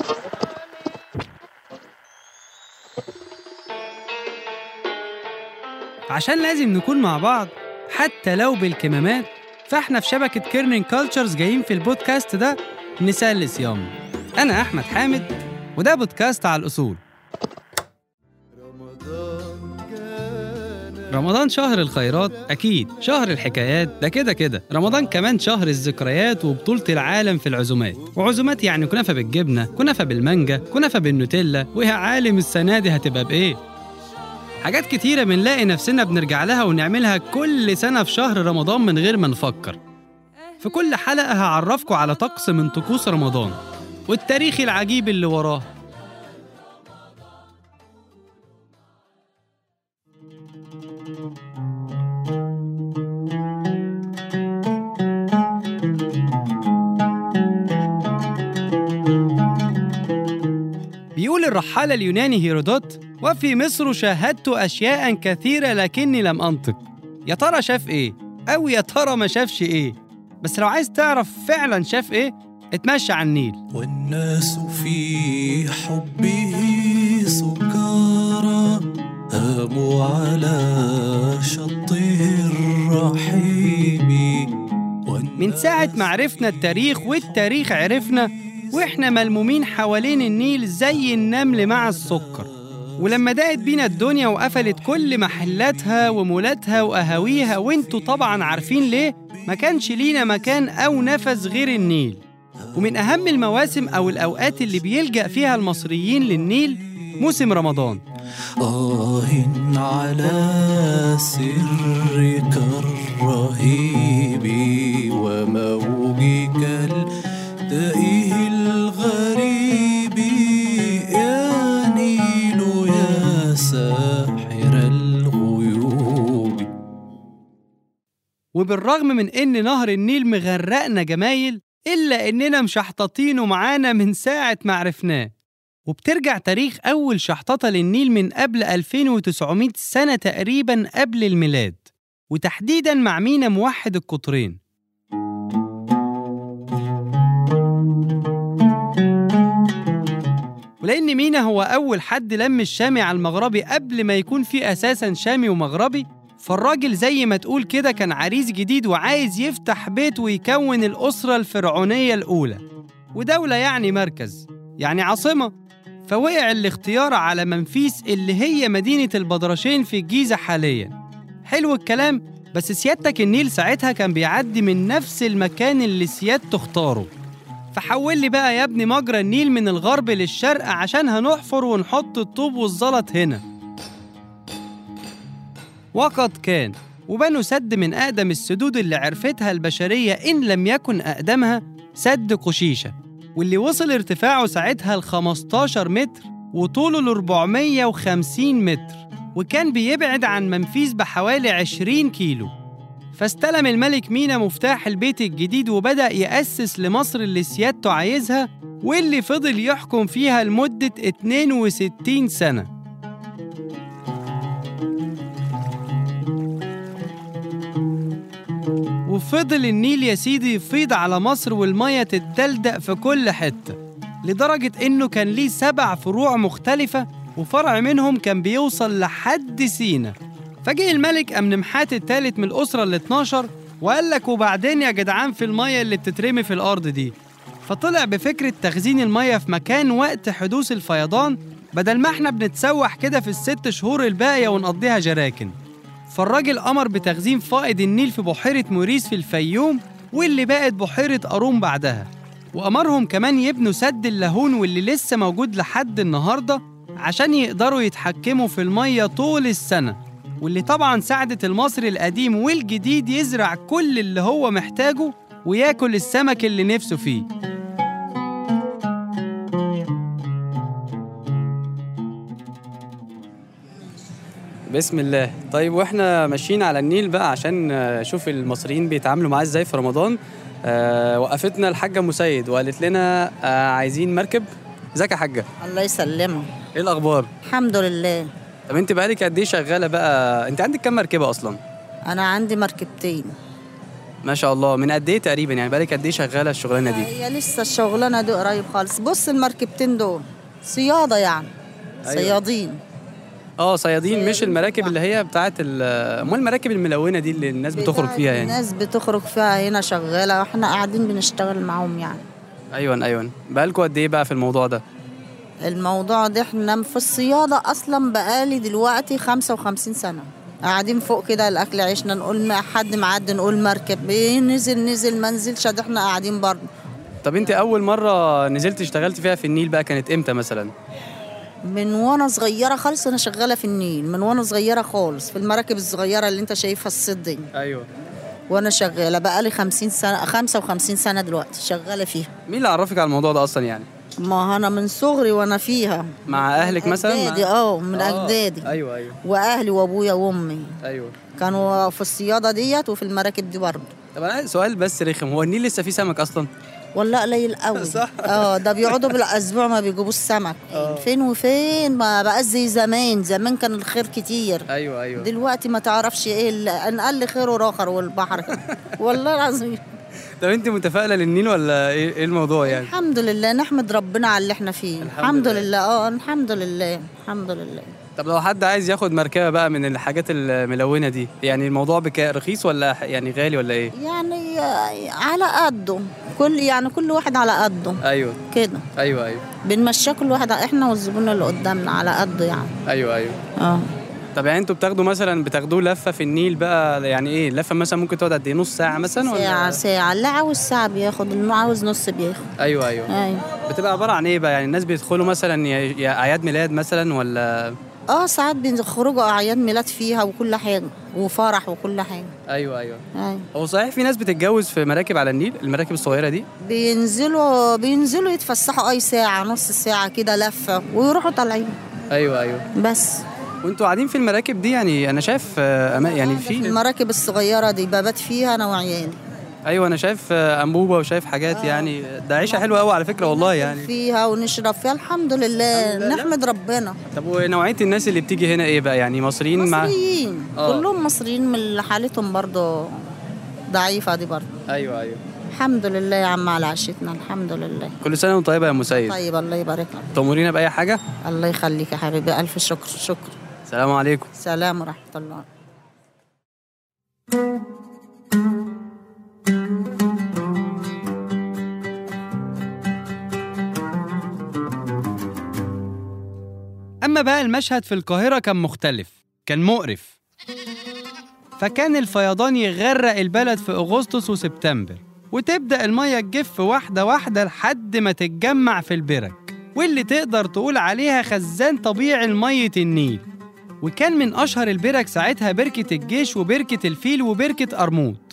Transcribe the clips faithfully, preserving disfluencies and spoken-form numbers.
عشان لازم نكون مع بعض حتى لو بالكمامات، فاحنا في شبكة كيرنينج كالتشرز جايين في البودكاست ده نسلي صيامنا. أنا أحمد حامد وده بودكاست على الأصول. رمضان شهر الخيرات أكيد، شهر الحكايات ده كده كده. رمضان كمان شهر الذكريات وبطولة العالم في العزومات، وعزومات يعني كنافة بالجبنة، كنافة بالمانجا، كنافة بالنوتيلا، ويا عالم السنة دي هتبقى بإيه. حاجات كتيرة بنلاقي نفسنا بنرجع لها ونعملها كل سنة في شهر رمضان من غير ما نفكر. في كل حلقة هعرفكم على طقس من طقوس رمضان والتاريخ العجيب اللي وراه. بيقول الرحالة اليوناني هيرودوت: وفي مصر شاهدت أشياء كثيرة لكني لم أنطق. يا ترى شاف إيه؟ أو يا ترى ما شافش إيه؟ بس لو عايز تعرف فعلا شاف إيه، اتمشى على النيل. والناس في حبه سكارى هاموا على شطه الرحيم. من ساعة ما عرفنا التاريخ والتاريخ عرفنا، وإحنا ملمومين حوالين النيل زي النمل مع السكر. ولما ضاقت بينا الدنيا وقفلت كل محلاتها ومولاتها وقهاويها، وانتوا طبعا عارفين ليه، ما كانش لينا مكان أو نفس غير النيل. ومن أهم المواسم أو الأوقات اللي بيلجأ فيها المصريين للنيل موسم رمضان. آه على سرك الرهيب وموجك التائه الغريب يا نيل يا ساحر الغيوب. وبالرغم من إن نهر النيل مغرقنا جمايل، إلا إننا مشحططينه معانا من ساعة ما عرفناه. وبترجع تاريخ أول شحططة للنيل من قبل ألفين وتسعمائة سنة تقريباً قبل الميلاد، وتحديداً مع مينا موحد القطرين. ولأن مينا هو أول حد لم الشامي على المغربي قبل ما يكون في أساساً شامي ومغربي، فالراجل زي ما تقول كده كان عريس جديد وعايز يفتح بيت ويكون الأسرة الفرعونية الأولى، ودولة يعني مركز يعني عاصمة. فوقع الاختيار على منفيس اللي هي مدينة البدرشين في الجيزة حالياً. حلو الكلام، بس سيادتك النيل ساعتها كان بيعدي من نفس المكان اللي سيادته اختاره. فحول لي بقى يا ابني مجرى النيل من الغرب للشرق عشان هنحفر ونحط الطوب والزلط هنا. وقد كان، وبنوا سد من أقدم السدود اللي عرفتها البشرية إن لم يكن أقدمها، سد قشيشة، واللي وصل ارتفاعه ساعتها ل خمستاشر متر وطوله ل أربعمائة وخمسين متر، وكان بيبعد عن منفيس بحوالي عشرين كيلو. فاستلم الملك مينا مفتاح البيت الجديد وبدأ يأسس لمصر اللي سيادته عايزها، واللي فضل يحكم فيها لمدة اثنين وستين سنة. وفضل النيل يا سيدي يفيض على مصر والمية تتدلدق في كل حتة، لدرجة إنه كان ليه سبع فروع مختلفة، وفرع منهم كان بيوصل لحد سينا. فجه الملك أمنمحات الثالث من الأسرة الاثناشر وقال لك: وبعدين يا جدعان في المية اللي بتترمي في الأرض دي. فطلع بفكرة تخزين المية في مكان وقت حدوث الفيضان، بدل ما احنا بنتسوح كده في الست شهور الباقية ونقضيها جراكن. فالراجل أمر بتخزين فائض النيل في بحيرة موريس في الفيوم، واللي بقت بحيرة قارون بعدها. وأمرهم كمان يبنوا سد اللاهون واللي لسه موجود لحد النهاردة، عشان يقدروا يتحكموا في المية طول السنة، واللي طبعاً ساعدت المصري القديم والجديد يزرع كل اللي هو محتاجه وياكل السمك اللي نفسه فيه. بسم الله. طيب واحنا ماشيين على النيل بقى عشان نشوف المصريين بيتعاملوا معاه ازاي في رمضان، أه وقفتنا الحاجة مسيد وقالت لنا أه عايزين مركب. ازيك يا حاجة؟ الله يسلمك. ايه الأخبار؟ الحمد لله. طب انت بقالك قد ايه شغالة بقى؟ انت عندك كام مركبة أصلا؟ أنا عندي مركبتين. ما شاء الله. من قد ايه تقريبا يعني بقالك قد ايه شغاله الشغلانه دي؟ هي لسه الشغلانه دي قريب خالص. بص المركبتين دول صياده يعني. أيوة. صيادين. اه صيادين، مش المراكب اللي هي بتاعت امال المراكب الملونه دي اللي الناس بتخرج فيها يعني. الناس بتخرج فيها هنا شغاله واحنا قاعدين بنشتغل معاهم يعني. ايوه ايوه. بقالكوا قد ايه بقى في الموضوع ده؟ الموضوع ده احنا في الصياده اصلا بقالي دلوقتي خمسة وخمسين سنه قاعدين فوق كده. الاكل عيشنا، نقول ما حد معدي نقول مركب إيه نزل نزل ما نزلش ده احنا قاعدين برضه. طب انت اول مره نزلت اشتغلت فيها في النيل بقى كانت امتى مثلا؟ من وانا صغيره خالص انا شغاله في النيل، من وانا صغيره خالص في المراكب الصغيره اللي انت شايفها الصيد دي. ايوه. وانا شغاله بقالي خمسين سنه خمسة وخمسين سنه دلوقتي شغاله فيها. مين اللي عرفك على الموضوع ده اصلا يعني؟ ما انا من صغري وانا فيها. مع اهلك مثلا؟ من اجدادي. اه من آه. اجدادي. ايوه ايوه. واهلي وابويا وامي ايوه كانوا في الصياده ديت وفي المراكب دي برضه. طب انا سؤال بس رخم، هو النيل لسه فيه سمك اصلا؟ والله قليل قوي. صح. اه ده بيقعدوا بالاسبوع ما بيجيبوش سمك. أوه. فين وفين، ما بقى زي زمان. زمان كان الخير كتير. ايوه ايوه. دلوقتي ما تعرفش ايه ان قل خيره راخر والبحر. والله العظيم. طب انت متفائله للنيل ولا ايه ايه الموضوع يعني؟ الحمد لله نحمد ربنا على اللي احنا فيه. الحمد, الحمد لله. لله. اه الحمد لله الحمد لله. طب لو حد عايز ياخد مركبه بقى من الحاجات الملونه دي، يعني الموضوع بكاء رخيص ولا يعني غالي ولا ايه؟ يعني على قده، كل يعني كل واحد على قده. ايوه كده. ايوه ايوه. بنمشي كل واحد احنا والزبون اللي قدامنا على قده يعني. ايوه ايوه. اه. طب يعني انتوا بتاخدوا مثلا بتاخدوه لفه في النيل بقى، يعني ايه لفه مثلا ممكن تقعد قد ايه، نص ساعه مثلا ولا ساعه ساعه؟ اللي عاوز ساعه بياخد، اللي عاوز نص بياخد. ايوه ايوه. ايوه. بتبقى عباره عن ايه بقى يعني؟ الناس بيدخلوا مثلا يا اعياد ميلاد مثلا ولا؟ اه ساعات بنخرجوا اعياد ميلاد فيها وكل حاجه وفرح وكل حاجه. ايوه ايوه. ايوه. هو صحيح في ناس بتتجوز في مراكب على النيل، المراكب الصغيره دي؟ بينزلوا بينزلوا يتفسحوا اي ساعه نص ساعه كده لفه ويروحوا طالعين. ايوه ايوه. بس. وانتوا قاعدين في المراكب دي يعني انا شايف أما يعني في المراكب الصغيره دي ببات فيها انا وعيالي. ايوه انا شايف انبوبه وشايف حاجات. آه. يعني ده عيشه حلوه قوي على فكره والله يعني. فيها ونشرب فيها الحمد لله, الحمد لله. نحمد ربنا. طب ونوعيه الناس اللي بتيجي هنا ايه بقى يعني؟ مصريين مع مصريين آه. كلهم مصريين من اللي حالتهم برضو ضعيفه دي برضو. ايوه ايوه. الحمد لله يا عم على عشتنا الحمد لله. كل سنه وانت طيبه يا ام سيد. طيب الله يبارك لك. تأمرينا باي حاجه؟ الله يخليك يا حبيبي. الف شكر شكر. السلام عليكم. السلام ورحمه الله. أما بقى المشهد في القاهرة كان مختلف، كان مقرف. فكان الفيضان يغرق البلد في أغسطس وسبتمبر، وتبدأ المية تجف واحدة واحدة لحد ما تتجمع في البرك، واللي تقدر تقول عليها خزان طبيعي لمية النيل. وكان من أشهر البرك ساعتها بركة الجيش وبركة الفيل وبركة قرموط.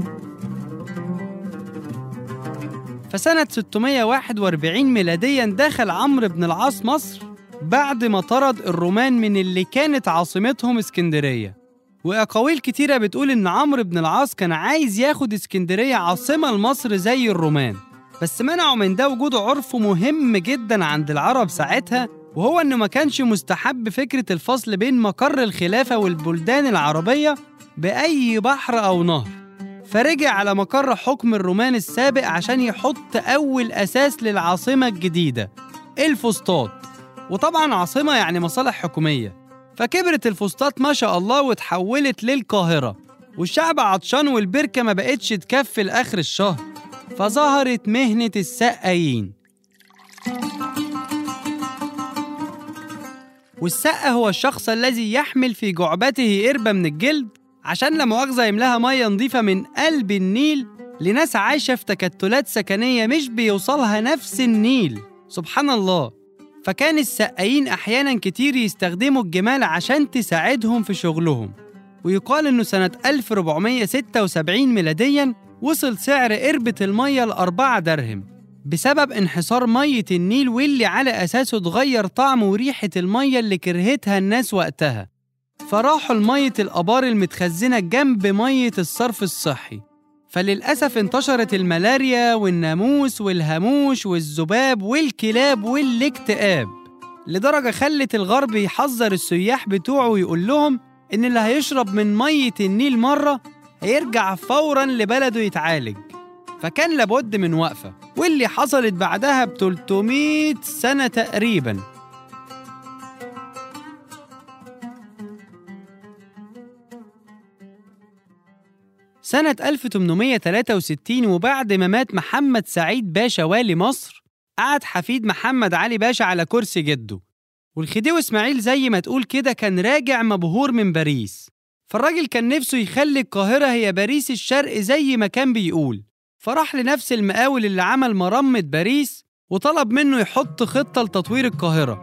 فسنة ستمائة وواحد وأربعين ميلادياً دخل عمرو بن العاص مصر بعد ما طرد الرومان من اللي كانت عاصمتهم اسكندرية. وأقاويل كتيرة بتقول إن عمرو بن العاص كان عايز ياخد اسكندرية عاصمة لمصر زي الرومان، بس منعوا من ده وجود عرف مهم جداً عند العرب ساعتها، وهو إنه ما كانش مستحب فكرة الفصل بين مقر الخلافة والبلدان العربية بأي بحر أو نهر. فرجع على مقر حكم الرومان السابق عشان يحط أول أساس للعاصمة الجديدة الفسطاط. وطبعاً عاصمة يعني مصالح حكومية. فكبرت الفسطاط ما شاء الله وتحولت للقاهرة، والشعب عطشان والبركة ما بقتش تكفي لآخر الشهر، فظهرت مهنة السقايين. والسقا هو الشخص الذي يحمل في جعبته قربة من الجلد عشان لا مؤاخذة يملاها مية نظيفة من قلب النيل لناس عايشة في تكتلات سكنية مش بيوصلها نفس النيل. سبحان الله. فكان السقايين أحياناً كتير يستخدموا الجمال عشان تساعدهم في شغلهم. ويقال إنه سنة ألف وأربعمائة وستة وسبعين ميلادياً وصل سعر قربة المية لأربعة درهم بسبب انحسار مية النيل، واللي على أساسه تغير طعم وريحة المية اللي كرهتها الناس وقتها، فراحوا لمية الآبار المتخزنة جنب مية الصرف الصحي. فللأسف انتشرت الملاريا والناموس والهاموش والذباب والكلاب والاكتئاب، لدرجة خلت الغرب يحذر السياح بتوعه ويقول لهم إن اللي هيشرب من مية النيل مرة هيرجع فوراً لبلده يتعالج، فكان لابد من وقفة، واللي حصلت بعدها ب ثلاثمائة سنة تقريباً. سنة ألف وثمانمائة وثلاثة وستين، وبعد ما مات محمد سعيد باشا والي مصر، قعد حفيد محمد علي باشا على كرسي جده، والخديوي إسماعيل زي ما تقول كده كان راجع مبهور من باريس، فالراجل كان نفسه يخلي القاهرة هي باريس الشرق زي ما كان بيقول، فراح لنفس المقاول اللي عمل مرمة باريس وطلب منه يحط خطة لتطوير القاهرة.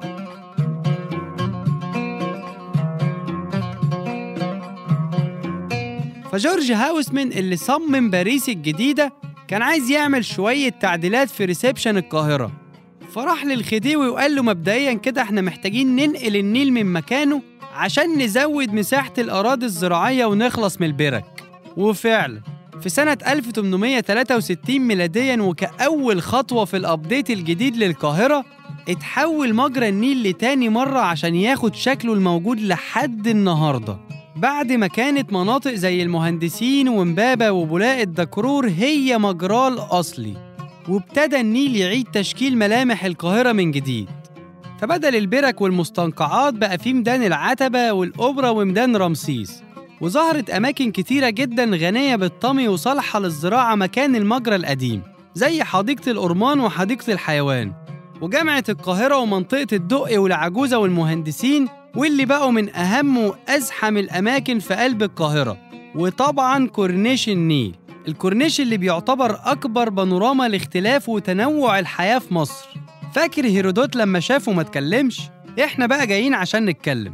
فجورج هاوسمان اللي صمم باريس الجديدة كان عايز يعمل شوية تعديلات في ريسبشن القاهرة، فراح للخديوي وقال له مبدئياً كده احنا محتاجين ننقل النيل من مكانه عشان نزود مساحة الأراضي الزراعية ونخلص من البرك. وفعلا في سنة ألف وثمانمائة وثلاثة وستين ميلادياً، وكأول خطوة في الأبديت الجديد للقاهرة، اتحول مجرى النيل لتاني مرة عشان ياخد شكله الموجود لحد النهاردة، بعد ما كانت مناطق زي المهندسين ومبابة وبولاق الدكرور هي مجراه الأصلي، وابتدى النيل يعيد تشكيل ملامح القاهرة من جديد. فبدل البرك والمستنقعات بقى في ميدان العتبة والأوبرا وميدان رمسيس، وظهرت أماكن كتيرة جداً غنية بالطمي وصالحة للزراعة مكان المجرى القديم، زي حديقة الأورمان وحديقة الحيوان وجامعة القاهرة ومنطقة الدقي والعجوزة والمهندسين، واللي بقوا من أهم وأزحم الأماكن في قلب القاهرة. وطبعاً كورنيش النيل، الكورنيش اللي بيعتبر أكبر بانوراما لاختلاف وتنوع الحياة في مصر. فاكر هيرودوت لما شافه ما تكلمش؟ إحنا بقى جايين عشان نتكلم.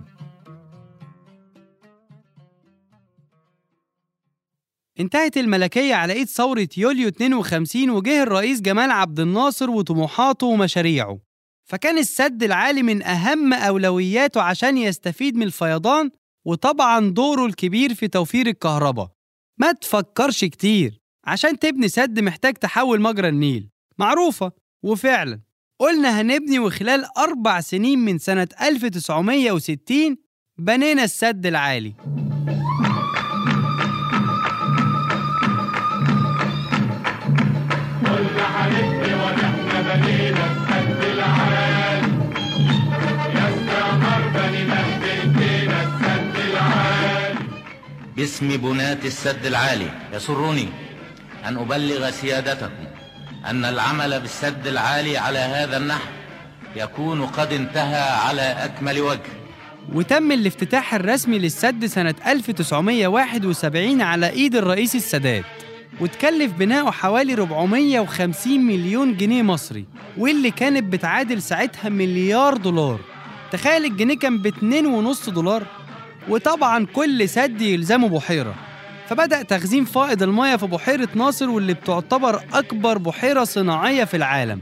انتهت الملكية على إيد ثورة يوليو اثنين وخمسين، وجه الرئيس جمال عبد الناصر وطموحاته ومشاريعه، فكان السد العالي من أهم أولوياته عشان يستفيد من الفيضان، وطبعاً دوره الكبير في توفير الكهرباء. ما تفكرش كتير، عشان تبني سد محتاج تحول مجرى النيل، معروفة. وفعلاً قلنا هنبني، وخلال أربع سنين من سنة ألف وتسعمائة وستين بنينا السد العالي. قلنا هنبني ونحن بنينا السد العالي، يستمر بنينا بإيدينا السد العالي. باسم بناة السد العالي يسرني أن أبلغ سيادتكم أن العمل بالسد العالي على هذا النحو يكون قد انتهى على أكمل وجه. وتم الافتتاح الرسمي للسد سنة ألف وتسعمائة وواحد وسبعين على إيد الرئيس السادات، وتكلف بناؤه حوالي أربعمائة وخمسين مليون جنيه مصري، واللي كانت بتعادل ساعتها مليار دولار. تخيل الجنيه كان باتنين ونص دولار. وطبعا كل سد يلزمه بحيرة، فبدأ تخزين فائض المياه في بحيرة ناصر، واللي بتعتبر أكبر بحيرة صناعية في العالم.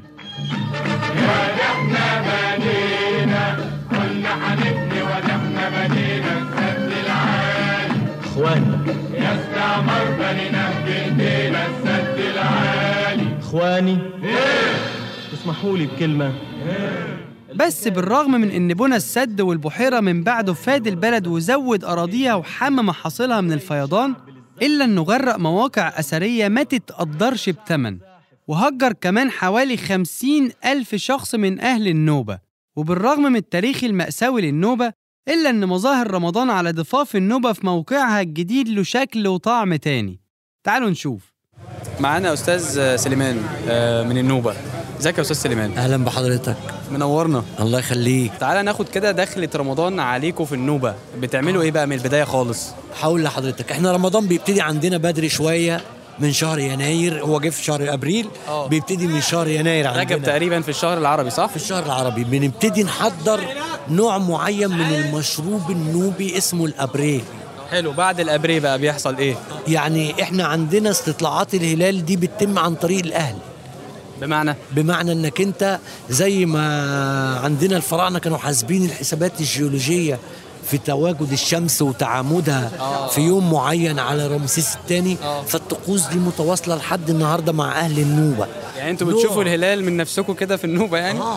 ونحن بنينا، قلنا هنبني ونحن بنينا السد العالي. اخواني يستمر بنينا بإيدينا السد العالي. اخواني اسمحوا لي بكلمة. بس بالرغم من إن بنى السد والبحيرة من بعده فاد البلد وزود أراضيها وحمى محاصيلها من الفيضان، إلا إنه غرق مواقع أثرية ما تتقدرش بتمن، وهجر كمان حوالي خمسين ألف شخص من أهل النوبة. وبالرغم من التاريخ المأساوي للنوبة، إلا إن مظاهر رمضان على ضفاف النوبة في موقعها الجديد له شكل وطعم تاني. تعالوا نشوف. معانا أستاذ سليمان من النوبة. ازيك يا أستاذ سليمان؟ أهلا بحضرتك. منورنا. الله يخليك. تعالى ناخد كده دخلة رمضان عليكم في النوبة، بتعملوا إيه بقى من البداية خالص؟ هقول لحضرتك، إحنا رمضان بيبتدي عندنا بدري شوية من شهر يناير، هو جه في شهر أبريل. أوه. بيبتدي من شهر يناير عندنا. رجب تقريبا في الشهر العربي صح؟ في الشهر العربي بنبتدي نحضر نوع معين من المشروب النوبي اسمه الأبريه. حلو. بعد الأبريه بقى بيحصل إيه؟ يعني إحنا عندنا استطلاعات الهلال دي بتتم عن طريق الأهل. بمعنى؟ بمعنى انك انت زي ما عندنا الفراعنه كانوا حاسبين الحسابات الجيولوجيه في تواجد الشمس وتعامدها آه. في يوم معين على رمسيس الثاني، آه. فالطقوس دي متواصله لحد النهارده مع اهل النوبه. يعني انتوا بتشوفوا الهلال من نفسكم كده في النوبه يعني؟ اه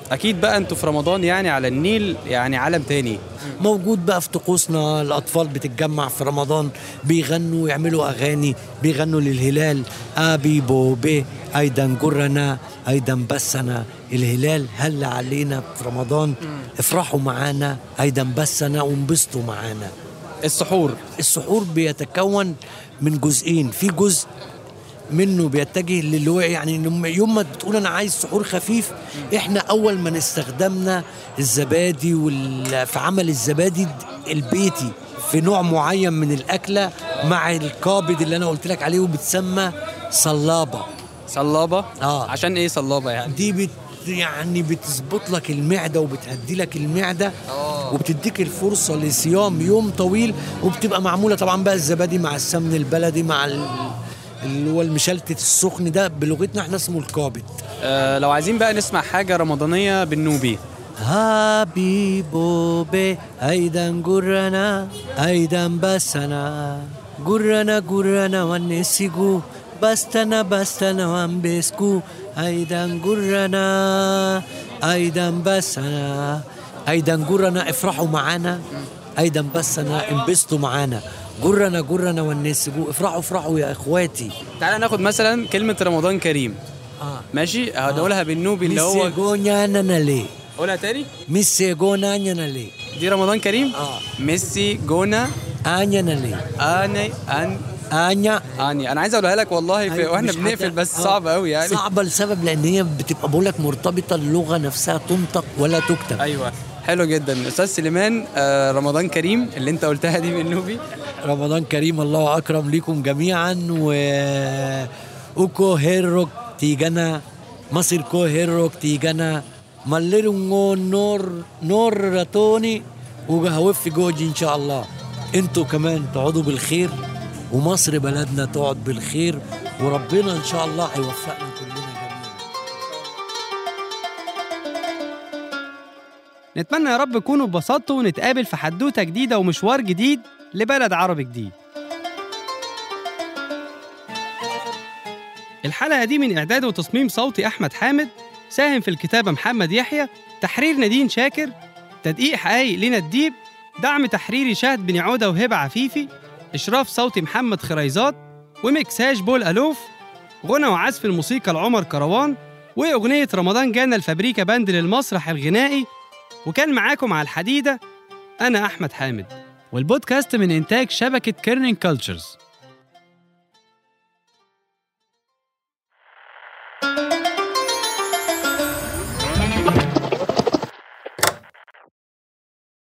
اكيد بقى انتوا في رمضان يعني على النيل يعني عالم تاني. موجود بقى في طقوسنا، الأطفال بتتجمع في رمضان بيغنوا يعملوا أغاني، بيغنوا للهلال أبي بوبي أيضا جرنا أيضا بسنا الهلال هل علينا في رمضان، افرحوا معانا أيضا بسنا وانبسطوا معانا. السحور السحور بيتكون من جزئين، في جزء منه بيتجه للي هو يعني يوم ما بتقول انا عايز سحور خفيف، احنا اول ما نستخدمنا الزبادي وال... في عمل الزبادي البيتي في نوع معين من الاكله مع القابض اللي انا قلت لك عليه وبتسمى صلابه. صلابه اه عشان ايه صلابه يعني؟ دي بت يعني بتظبط لك المعده وبتهدي لك المعده أوه. وبتديك الفرصه لصيام يوم طويل، وبتبقى معموله طبعا بقى الزبادي مع السمن البلدي مع ال... اللي هو المشلتت السخن ده بلغتنا احنا اسمه القابض. آه لو عايزين بقى نسمع حاجة رمضانية بالنوبي. هابي بوبي أيضا جرنا أيضا بسنا جرنا جرنا ونسيجو بستنا بستنا وانبسكو أيضا جرنا أيضا بسنا أيضا جرنا افرحوا معانا أيضا بسنا انبسطوا معانا جرنا جرنا والنسجو افرحوا افرحوا يا اخواتي. تعالى ناخد مثلا كلمة رمضان كريم. اه ماشي هنقولها آه. بالنوبي اللي هو ميسي نانا ليه. قولها تاني. ميسي جونا نانا ليه. دي رمضان كريم؟ اه ميسي جونا انيا ليه. اني ان انيا اني انا عايز اقولها لك والله في واحنا بنقفل بس آه. صعب قوي يعني. صعبة لسبب لان هي بتبقى بقول لك مرتبطة اللغة نفسها تنطق ولا تكتب. ايوه حلو جدا. استاذ سليمان آه رمضان كريم اللي انت قلتها دي بالنوبي. رمضان كريم الله اكرم ليكم جميعا و اوكو هيروك تيجانا مصر كو هيروك تيجانا ملرونغو نور نور راتوني وهوفي جوجي ان شاء الله. انتوا كمان تقعدوا بالخير ومصر بلدنا تقعد بالخير وربنا ان شاء الله هيوفقنا كلنا. نتمنى يا رب تكونوا اتبسطتوا ونتقابل في حدوتة جديدة ومشوار جديد لبلد عربي جديد. الحلقة دي من إعداد وتصميم صوتي أحمد حامد، ساهم في الكتابة محمد يحيى، تحرير نادين شاكر، تدقيق حقايق لينا الديب، دعم تحريري شاهد بن عودة وهبة عفيفي، إشراف صوتي محمد خريزات، ومكساج بول ألوف، غنى وعزف الموسيقى العمر كروان، وأغنية رمضان جانا الفابريكا باند للمسرح الغنائي. وكان معاكم على الحديدة أنا أحمد حامد، والبودكاست من إنتاج شبكة كيرنينج كولتشرز.